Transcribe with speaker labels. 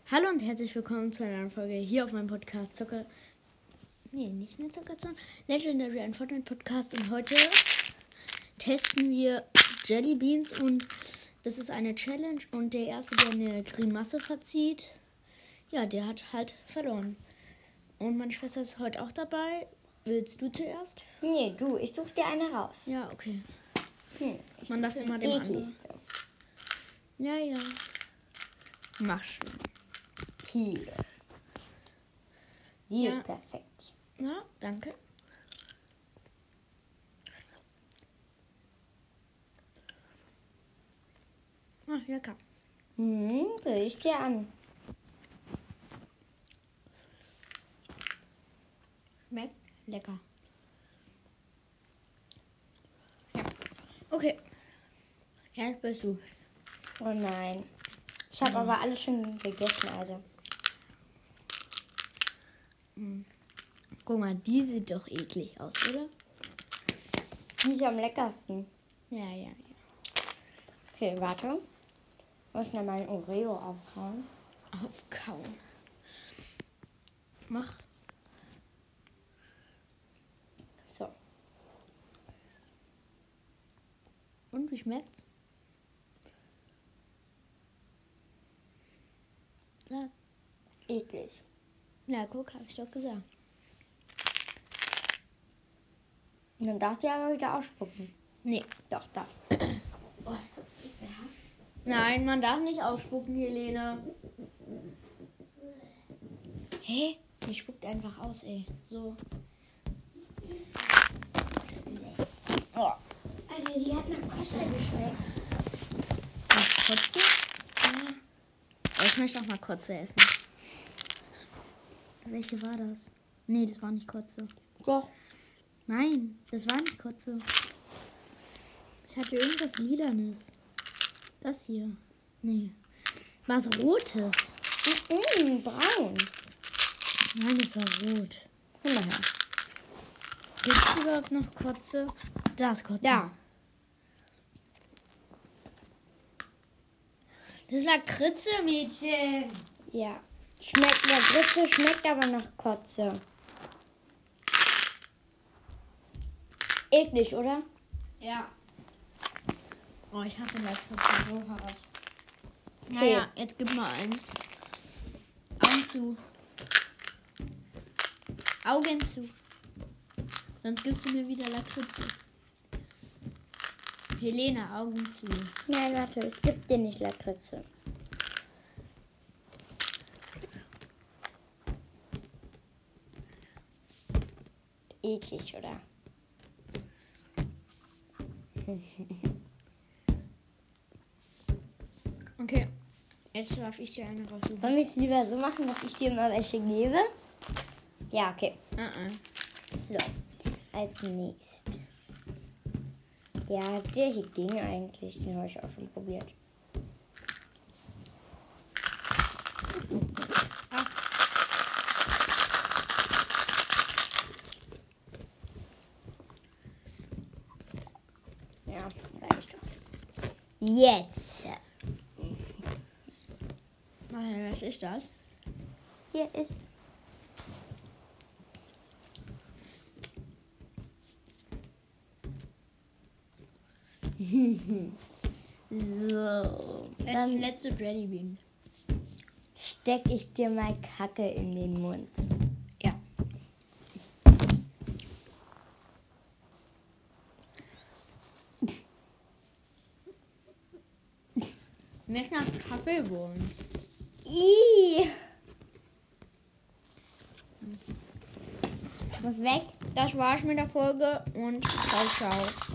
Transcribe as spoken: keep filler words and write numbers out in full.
Speaker 1: Hallo und herzlich willkommen zu einer neuen Folge hier auf meinem Podcast Zucker... Nee, nicht mehr Zuckerzone. Legendary, ein Fortnite-Podcast. Und heute testen wir Jelly Beans und das ist eine Challenge. Und der Erste, der eine Grimasse verzieht, ja, der hat halt verloren. Und meine Schwester ist heute auch dabei. Willst du zuerst?
Speaker 2: Nee, du, ich suche dir eine raus.
Speaker 1: Ja, okay.
Speaker 2: Hm,
Speaker 1: Man darf immer dem anderen. Ja, ja. Mach schon.
Speaker 2: Hier. Die
Speaker 1: Ja.
Speaker 2: ist perfekt.
Speaker 1: Ja, danke. Ach, lecker.
Speaker 2: Hm, riecht dir an.
Speaker 1: Schmeckt lecker. Ja. Okay. Jetzt bist du.
Speaker 2: Oh nein. Ich habe
Speaker 1: Mhm.
Speaker 2: aber alles schon gegessen, also.
Speaker 1: Mhm. Guck mal, die sieht doch eklig aus, oder?
Speaker 2: Die ist am leckersten.
Speaker 1: Ja, ja, ja.
Speaker 2: Okay, warte. Ich muss schnell meinen Oreo aufhauen.
Speaker 1: Aufkauen. Mach.
Speaker 2: So.
Speaker 1: Und wie schmeckt's? Sag.
Speaker 2: Eklig.
Speaker 1: Ja, guck, hab ich doch gesagt.
Speaker 2: Und dann darfst du ja aber wieder ausspucken.
Speaker 1: Nee.
Speaker 2: Doch, da. Oh, ist so ekelhaft.
Speaker 1: Nein, man darf nicht ausspucken, Helene. Hä? Die spuckt einfach aus, ey. So. Oh.
Speaker 2: Alter, die hat nach Kotze geschmeckt.
Speaker 1: Was, Kotze? Ja. Oh, ich möchte auch mal Kotze essen. Welche war das? Nee, das war nicht Kotze.
Speaker 2: Doch.
Speaker 1: Nein, das war nicht Kotze. Ich hatte irgendwas Lilanes. Das hier. Nee. Was Rotes.
Speaker 2: Mm, braun.
Speaker 1: Nein, das war rot.
Speaker 2: Komm mal her.
Speaker 1: Gibt es überhaupt noch Kotze? Da ist Kotze.
Speaker 2: Da.
Speaker 1: Das ist Lakritze, Mädchen.
Speaker 2: Ja. Schmeckt nach Grütze, schmeckt aber nach Kotze. Eklig, oder?
Speaker 1: Ja. Oh, ich hasse Lakritze so hart. Naja, jetzt gib mal eins. Augen zu. Augen zu. Sonst gibst du mir wieder Lakritze. Helene, Augen zu.
Speaker 2: Nein, warte, es gibt dir nicht Lakritze. Eklig, oder?
Speaker 1: Okay, jetzt darf ich dir eine raussuchen.
Speaker 2: Wollen wir es lieber so machen, dass ich dir mal welche gebe? Ja, okay.
Speaker 1: Uh-uh.
Speaker 2: So, als nächstes. Ja, der hier ging eigentlich. Den habe ich auch schon probiert. Ja, reicht doch. Jetzt.
Speaker 1: Mal, was ist das?
Speaker 2: Hier ist. So.
Speaker 1: Jetzt
Speaker 2: Dann
Speaker 1: letzte Jelly Bean.
Speaker 2: steck ich dir mal Kacke in den Mund.
Speaker 1: Ja. Schmeckt nach Kaffeebohnen.
Speaker 2: Ih. Ich muss weg.
Speaker 1: Das war's mit der Folge und ciao, ciao.